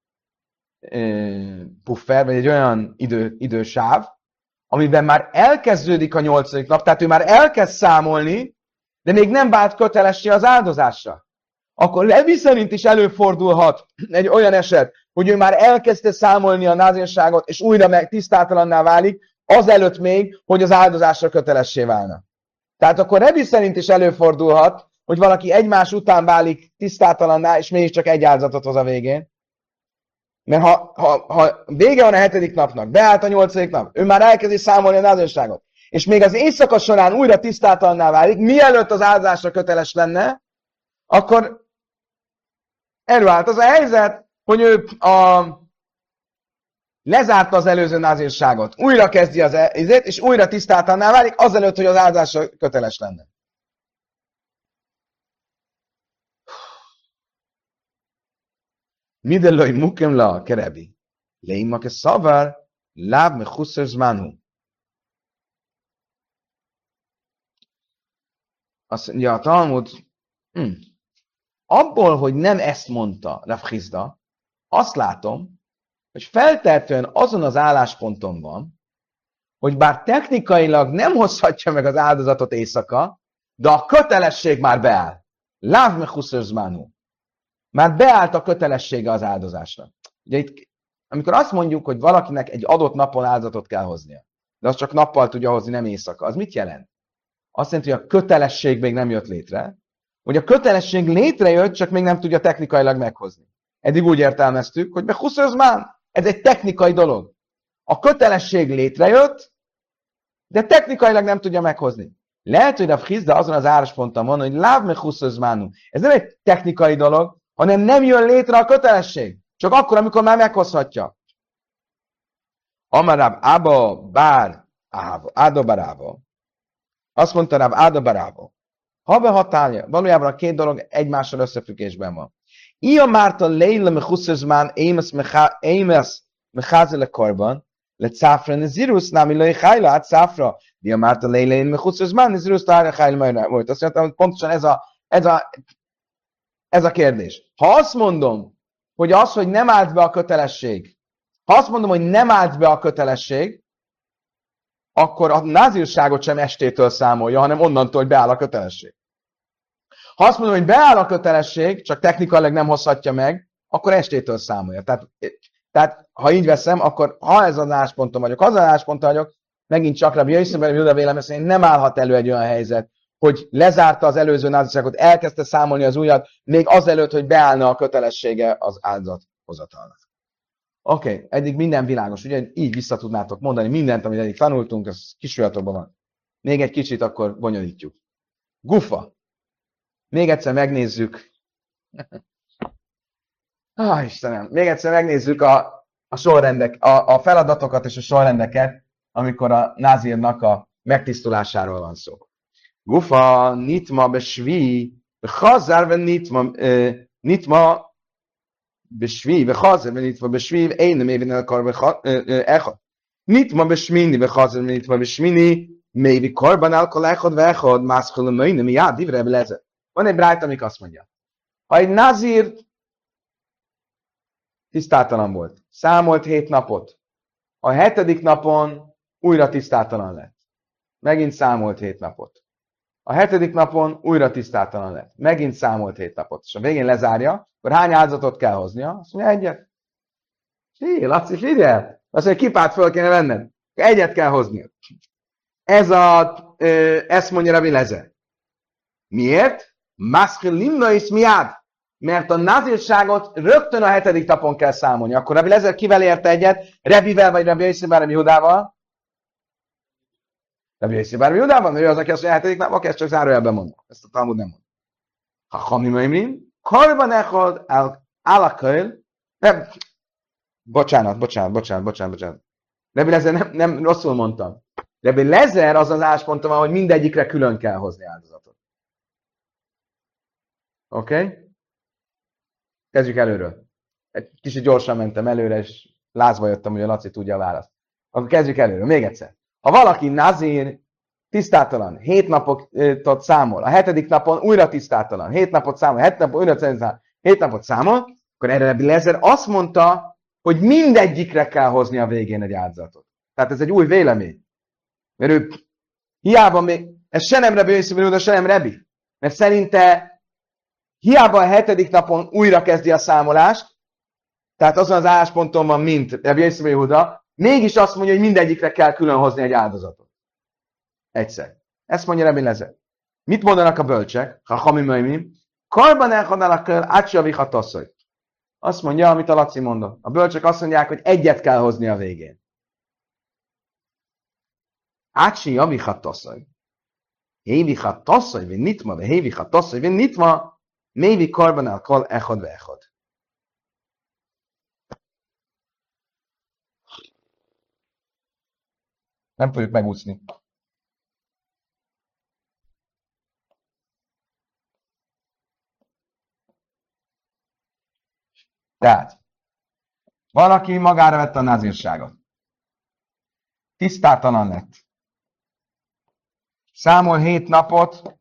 puffer, vagy egy olyan idősáv, amiben már elkezdődik a 8. nap, tehát ő már elkezd számolni, de még nem vált kötelessé az áldozásra. Akkor Levi szerint is előfordulhat egy olyan eset, hogy ő már elkezdte számolni a názírságot, és újra meg tisztátalanná válik, azelőtt még, hogy az áldozásra kötelessé válna. Tehát akkor Levi szerint is előfordulhat, hogy valaki egymás után válik tisztátalanná, és mégiscsak egy áldozatot hoz a végén. Mert ha vége van a 7. napnak, beállt a 8. nap, ő már elkezdi számolni a názírságot, és még az éjszaka során újra tisztátalanná válik, mielőtt az áldozásra köteles lenne, akkor előállt az a helyzet, hogy ő lezárta az előző názírságot, újra kezdi az izét, és újra tisztátalanná válik, azelőtt, hogy az áldozásra köteles lenne. Midelloi mukem la kerebi. Leima ke szavar, láb me chusser zmanu. Azt mondja a Talmud, abból, hogy nem ezt mondta Rav Hizda, azt látom, hogy feltehetően azon az állásponton van, hogy bár technikailag nem hozhatja meg az áldozatot éjszaka, de a kötelesség már beáll. Láv me chusser zmanu. Már beállt a kötelessége az áldozásra. Ugye itt, amikor azt mondjuk, hogy valakinek egy adott napon áldozatot kell hoznia, de azt csak nappal tudja hozni, nem éjszaka, az mit jelent? Azt jelenti, hogy a kötelesség még nem jött létre, hogy a kötelesség létrejött, csak még nem tudja technikailag meghozni. Eddig úgy értelmeztük, hogy ez egy technikai dolog. A kötelesség létrejött, de technikailag nem tudja meghozni. Lehet, hogy a Hizda azon az állásponton van, hogy láv me huszözmánu. Ez nem egy technikai dolog, hanem nem jön létre a kötelesség. Csak akkor, amikor már meghozhatja. Amarab Abba bár Áda barába. Azt mondta Rav Áda barába. Ha behatálja, valójában a két dolog egymással összefüggésben van. Ia márta leila mechuszözmán émes mecházele korban, le cáfra nezirus námi lőj hájla át cáfra. Ia márta leila mechuszözmán nezirus tárja hájla majd. Azt mondtam, hogy pontosan ez a kérdés. Ha azt mondom, hogy hogy nem állt be a kötelesség, akkor a názírságot sem estétől számolja, hanem onnantól, hogy beáll a kötelesség. Ha azt mondom, hogy beáll a kötelesség, csak technikailag nem hozhatja meg, akkor estétől számolja. Tehát ha így veszem, akkor ha ez az állásponton vagyok, ha az állásponton vagyok, megint csak Rabbi Yossi bar Rabbi Huda vélemény szerint nem állhat elő egy olyan helyzet, hogy lezárta az előző názírságot, elkezdte számolni az újat, még azelőtt, hogy beállna a kötelessége az áldozathozatalnak. Oké, eddig minden világos, ugye így vissza tudnátok mondani mindent, amit eddig tanultunk, ez kisujjatokban van. Még egy kicsit akkor bonyolítjuk. Gufa. Még egyszer megnézzük. Istenem, még egyszer megnézzük a sorrendek, a feladatokat és a sorrendeket, amikor a názírnak a megtisztulásáról van szó. Gufa, nitma besvi, Chazár ve nitma besvív, chazár ve nitma besvív, én nem évén akar echad. Nitma besmini, ve chazár ve nitma besmini, mévi karban alkol echad, ve echad, mászkol a möjne, mi já, divre leze. Van egy brájt, amik azt mondja. Ha egy nazír tisztátalan volt, számolt 7 napot, a 7. napon újra tisztátalan lett. Megint számolt 7 napot. A 7. napon újra tisztátalan lett. Megint számolt 7 napot. És a végén lezárja, akkor hány áldozatot kell hoznia? Azt mondja, egyet. Hé, Laci, figyelj! Azt mondja, kipát föl kéne venned. Egyet kell hoznia. Ezt mondja Rabbi Lezer. Miért? Maszkil limna is miád. Mert a nazírságot rögtön a 7. napon kell számolni. Akkor Rabbi Lezer kivel érte egyet? Rebivel vagy Rabbi Yoszivel, Rabbi Judával? Rabbi Yoszivel, Rabbi Judával? Ő az, aki azt mondja, a 7. napon, ezt csak zárójelben mondom. Ezt a Talmud nem mond. Ha Hamim Imrim, karban echad alaköl, nem, bocsánat. Rabbi Lezer nem rosszul mondtam. Rabbi Lezer az álláspontom van, hogy mindegyikre külön kell hozni áldozatot. Oké? Kezdjük előről. Egy kicsit gyorsan mentem előre, és lázba jöttem, hogy a Laci tudja a választ. Akkor kezdjük előről. Még egyszer. Ha valaki nazír, tisztátalan, 7 napot számol, a 7. napon újra tisztátalan, 7 napot számol, 7 napon újra tisztátalan, 7 napot számol, akkor erre Rabbi Lezer azt mondta, hogy mindegyikre kell hozni a végén egy áldozatot. Tehát ez egy új vélemény. Mert ő hiába még, ez se nem Rabbi Yossi, de se nem Rabbi. Mert szerinte hiába a 7. napon újra kezdi a számolást, tehát azon az állásponton van, mint Rabbi Yossi Yehuda, mégis azt mondja, hogy mindegyikre kell külön hozni egy áldozatot. Egyszer. Ezt mondja Rabbi Lezer. Mit mondanak a bölcsek? Ha hamim, karban elhadnának átsaviha tasszony. Azt mondja, amit a Laci mondott. A bölcsek azt mondják, hogy egyet kell hozni a végén. Átsaviha tasszony. Héviha tasszony, vagy nitma, de héviha tasszony, vagy nitma, mévi karban elkal echad ve echad. Nem fogjuk megúszni. Tehát, valaki magára vette a nazírságot. Tisztátalan lett. Számol 7 napot,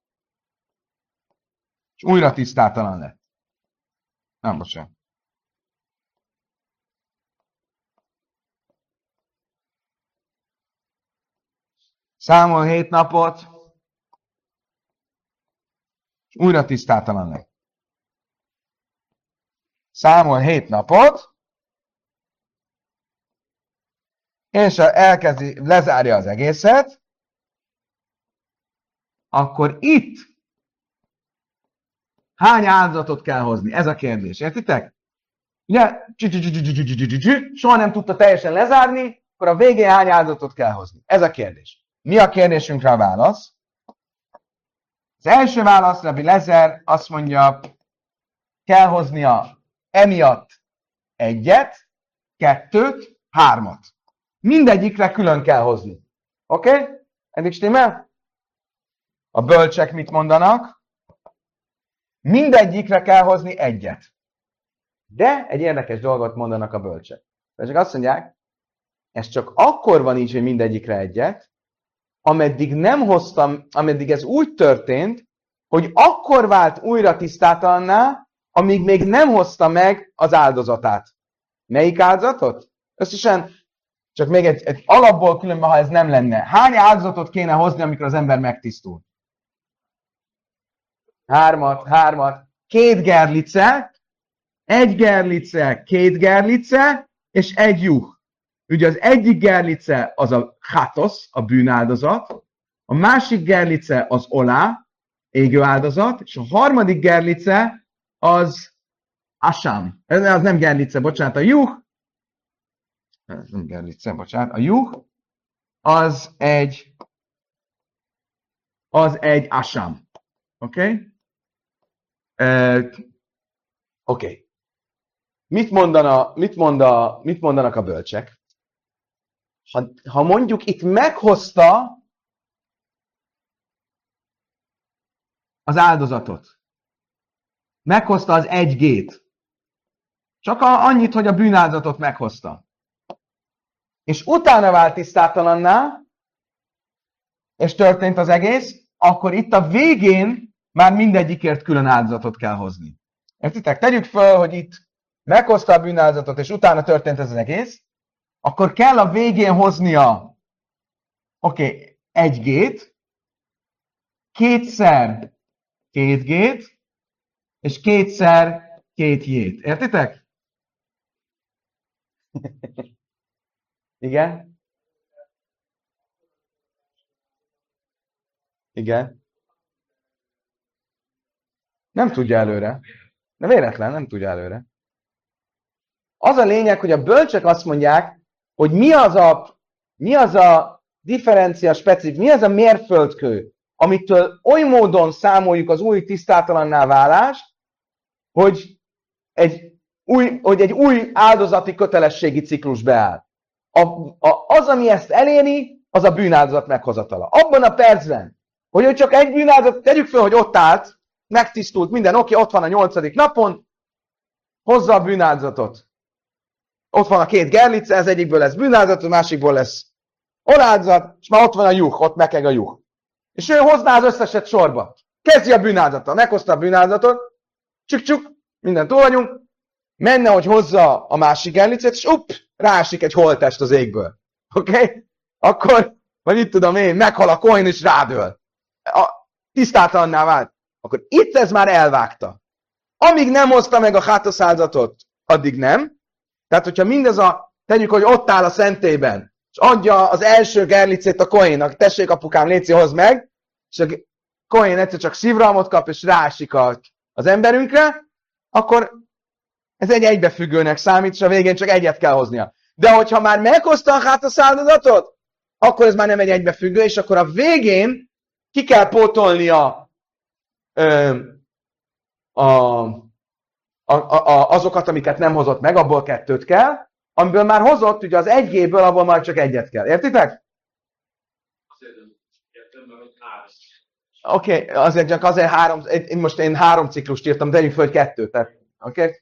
és újra tisztátalan lett. Nem, bocsánat. Számol 7 napot, és újra tisztátalan lett. Számol 7 napot, és elkezdi, lezárja az egészet, akkor itt hány áldozatot kell hozni? Ez a kérdés. Értitek? Ugye, soha nem tudta teljesen lezárni, akkor a végén hány áldozatot kell hozni? Ez a kérdés. Mi a kérdésünkre a válasz? Az első válasz, Rabbi Lezer azt mondja, kell hoznia emiatt 1, 2, 3. Mindegyikre külön kell hozni. Oké? Eddig stimmel? A bölcsek mit mondanak? Mindegyikre kell hozni 1. De egy érdekes dolgot mondanak a bölcsek. Csak azt mondják, ez csak akkor van így, hogy mindegyikre 1, ameddig ez úgy történt, hogy akkor vált újra tisztátalanná, amíg még nem hozta meg az áldozatát. Melyik áldozatot? Összesen csak még egy alapból különben, ha ez nem lenne. Hány áldozatot kéne hozni, amikor az ember megtisztul? 3. 2 gerlice, 1 gerlice, 2 gerlice, és 1 juh. Ugye az egyik gerlice az a chátosz, a bűnáldozat, a másik gerlice az olá, égő áldozat, és a harmadik gerlice az asám. Ez nem gerlice, bocsánat, a juh, ez nem gerlice, bocsánat, a juh az egy asám. Oké? Oké. Mit mondanak a bölcsek? Ha mondjuk itt meghozta az áldozatot. Meghozta az egy gét. Csak annyit, hogy a bűnáldozatot meghozta. És utána vált tisztátalanná, és történt az egész, akkor itt a végén már mindegyikért külön áldozatot kell hozni. Értitek? Tegyük föl, hogy itt meghozta a bűnáldozatot, és utána történt ez az egész, akkor kell a végén hoznia, egy gét, kétszer két gét, és kétszer két jét. Értitek? Igen? Igen. Nem tudja előre. De véletlen, nem tudja előre. Az a lényeg, hogy a bölcsek azt mondják, hogy mi az a differencia specifik, mi az a mérföldkő, amitől oly módon számoljuk az új tisztátalanná válást, hogy egy új áldozati kötelességi ciklus beáll. Az, ami ezt eléri, az a bűnáldozat meghozatala. Abban a percben, hogy csak egy bűnáldozat, tegyük fel, hogy ott állt, megtisztult minden, ott van a 8. napon, hozza a bűnáldozatot. Ott van a két gerlice, ez egyikből lesz bűnáldozat, a másikból lesz oláldozat, és már ott van a juh, ott mekeg a juh. És ő hozná az összeset sorba. Kezdi a bűnáldozattal, meghozta a bűnáldozatot, csuk-csuk, minden túl vagyunk, menne, hogy hozza a másik gerlicet, és ráesik egy holttest az égből. Oké? Akkor, vagy itt tudom én, meghal a kohén, és rádől. Tisztátalanná vált. Akkor itt ez már elvágta. Amíg nem hozta meg a hátosz áldozatot, addig nem. Tehát, hogyha mindez tegyük, hogy ott áll a szentélyben, és adja az első gerlicét a kohénnak, tessék apukám, léci, hozd meg, és a kohén egyszer csak szívrohamot kap, és ráesik az emberünkre, akkor ez egy egybefüggőnek számít, és a végén csak egyet kell hoznia. De hogyha már meghozta a hátosz áldozatot, akkor ez már nem egy egybefüggő, és akkor a végén ki kell pótolnia azokat, amiket nem hozott meg, abból 2 kell, amiből már hozott, ugye az 1G-ből, abból már csak 1 kell. Értitek? Oké, azért csak azért 3, én 3 ciklust írtam, de föl 2, tehát, oké?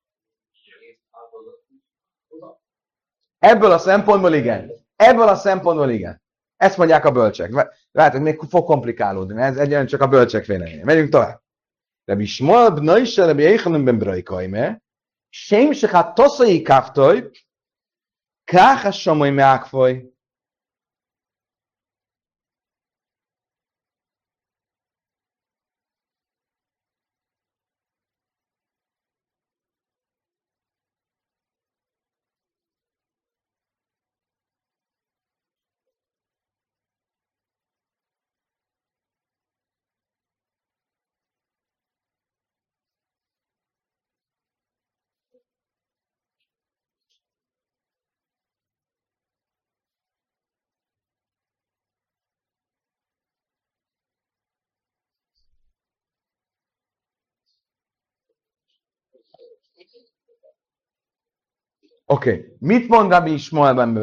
Ebből a szempontból igen. Ebből a szempontból igen. Ezt mondják a bölcsek. Lehet, hogy még fog komplikálódni, ez egyenlően csak a bölcsek véleménye. Megyünk tovább. Rabbi Shmuel bnai shel Rabbi Yochanan ben Braikaime, shem shechat tosai kaftoi, kach hashomoy meakfoi. Oké. Mit mond Rabbi Shmuel ben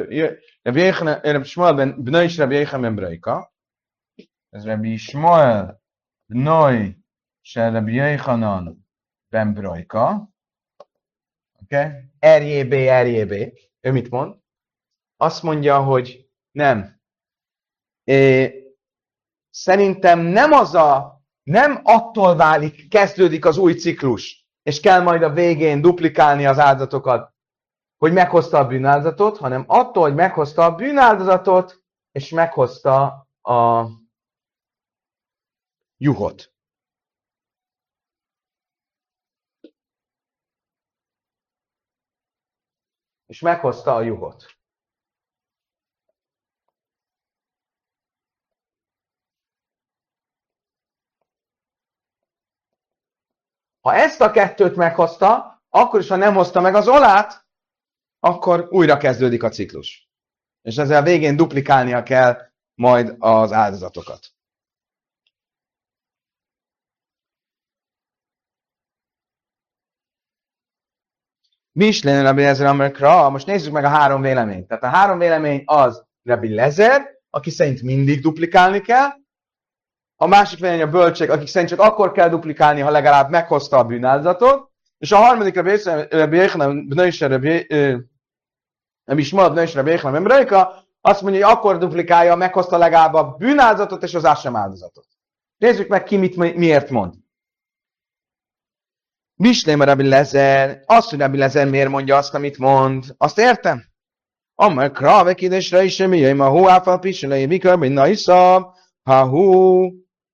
bnai shel Rabbi Yochanan ben Braika? Ez Rabbi Shmuel bnai shel Rabbi Yochanan ben Braika. Oké? RJB. Ő mit mond? Azt mondja, hogy nem. Szerintem nem attól kezdődik az új ciklus, és kell majd a végén duplikálni az áldozatokat, hogy meghozta a bűnáldozatot, hanem attól, hogy meghozta a bűnáldozatot, és meghozta a juhot. És meghozta a juhot. Ha ezt a 2 meghozta, akkor is, ha nem hozta meg az olát, akkor újra kezdődik a ciklus. És ezzel a végén duplikálnia kell majd az áldozatokat. Mislen Rabbi Lezer Amar Kra. Most nézzük meg a 3 véleményt. Tehát a 3 vélemény az Rabbi Lezer, aki szerint mindig duplikálni kell, a másik vélemény a bölcsek, akik szerint csak akkor kell duplikálni, ha legalább meghozta a bűnáldozatot, és a harmadik Rabbi Yechanan azt mondja, hogy akkor duplikálja, meghozta legalább a bűnáldozatot és az ásem áldozatot. Nézzük meg ki miért mond. Bislém a Rabbi Lezer, azt, hogy Rabbi Lezer miért mondja azt, amit mond, azt értem. Amar krávek idesre is semmi, jöjjön a hó áfal pisilei vikörben naiszabb, ha hú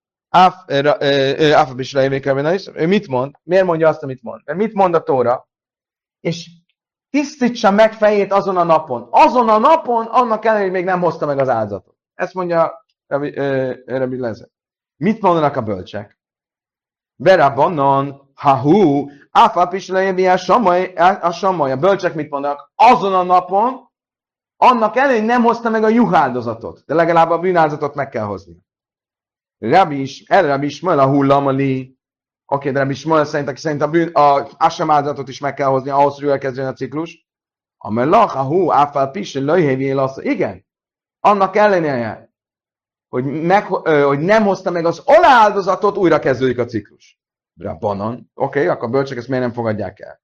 áfal pisilei vikörben naiszabb. Ő mit mond? Miért mondja azt, amit mond? Mert mit mond a Tóra? És tisztítsa meg fejét azon a napon. Azon a napon, annak ellenére, hogy még nem hozta meg az áldozatot. Ezt mondja Rabbi Lezer. Mit mondanak a bölcsek? Verabonnon, ha-hú, áfápislejévi a samaj. A bölcsek mit mondanak? Azon a napon, annak ellenére nem hozta meg a juháldozatot, de legalább a bűnáldozatot meg kell hozni. Rabbi Ismael a hullamali. Oké, de Rabbi Ismael szerint, aki szerint a ásem áldozatot is meg kell hozni, ahhoz, hogy elkezdjen a ciklus. Amelach, ha-hú, áfápislejévi igen, annak ellenére, hogy nem hozta meg az oláldozatot, újra kezdődik a ciklus. Rabbanon. Oké, akkor a bölcsek ezt miért nem fogadják el?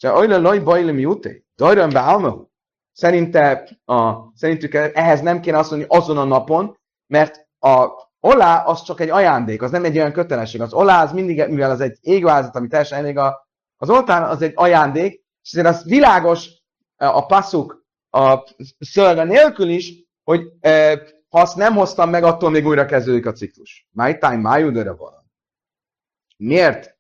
Szerintük ehhez nem kéne azt mondani azon a napon, mert a olá az csak egy ajándék, az nem egy olyan kötelesség. Az olá az mindig, mivel az egy égvázat, ami teljesen elég az oltár, az egy ajándék, és azért az világos a passzuk a szölge nélkül is, hogy ha azt nem hoztam meg, attól még újra kezdődik a ciklus. My time, my udara van. Miért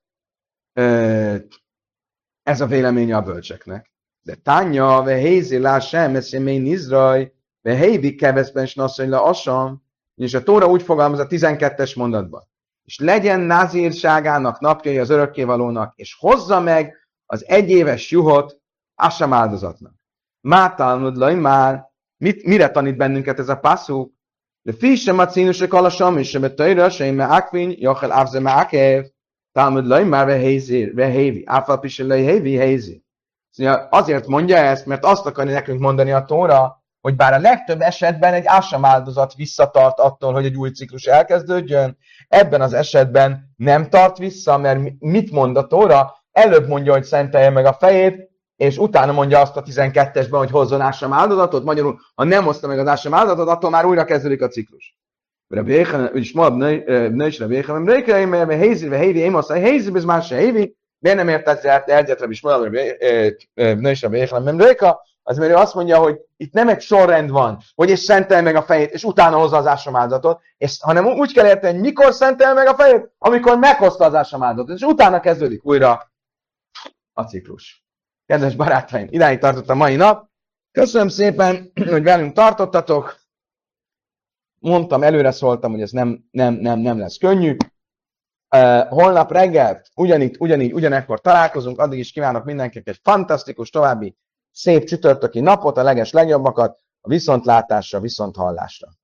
ez a véleménye a bölcseknek? De Tanya, ve hézi lássem, ez sem én Izraj, ve hévi keveszben snasszony le asam, és a Tóra úgy fogalmaz a 12-es mondatban. És legyen názírságának napjai az örökkévalónak, és hozza meg az egyéves juhot asam áldozatnak. Mátalmudlaj már, mire tanít bennünket ez a passzuk? De fissem a cínusok alasam, és sem a tajra, sem me akvin, jachel avze me akev, Talmud laj már vehévi, áfalpise laj hézi. Azért mondja ezt, mert azt akarja nekünk mondani a Tóra, hogy bár a legtöbb esetben egy ásam áldozat visszatart attól, hogy egy új ciklus elkezdődjön, ebben az esetben nem tart vissza, mert mit mond a Tóra? Előbb mondja, hogy szentelje meg a fejét, és utána mondja azt a 12-esben, hogy hozzon ásam áldozatot. Magyarul, ha nem hozta meg az ásam áldozatot, attól már újra kezdődik a ciklus. És ma nősre végelem, rékelem, mert hézi, én azt mondja, hézi, ez más se hévi, miért nem ért ezzel egyetlen is ma nősre végelem, nem réka, az mert ő azt mondja, hogy itt nem egy sorrend van, hogy és szentelj meg a fejét, és utána hozza az ásamáldozatot, hanem úgy kell érteni, hogy mikor szentelj meg a fejét, amikor meghozta az ásamáldozatot, és utána kezdődik újra a ciklus. Kedves barátaim, idáig tartott a mai nap. Köszönöm szépen, hogy velünk tartottatok. Mondtam, előre szóltam, hogy ez nem lesz könnyű. Holnap reggel ugyanekkor találkozunk, addig is kívánok mindenkinek egy fantasztikus, további szép csütörtöki napot, a leges legjobbakat, a viszontlátásra, viszonthallásra.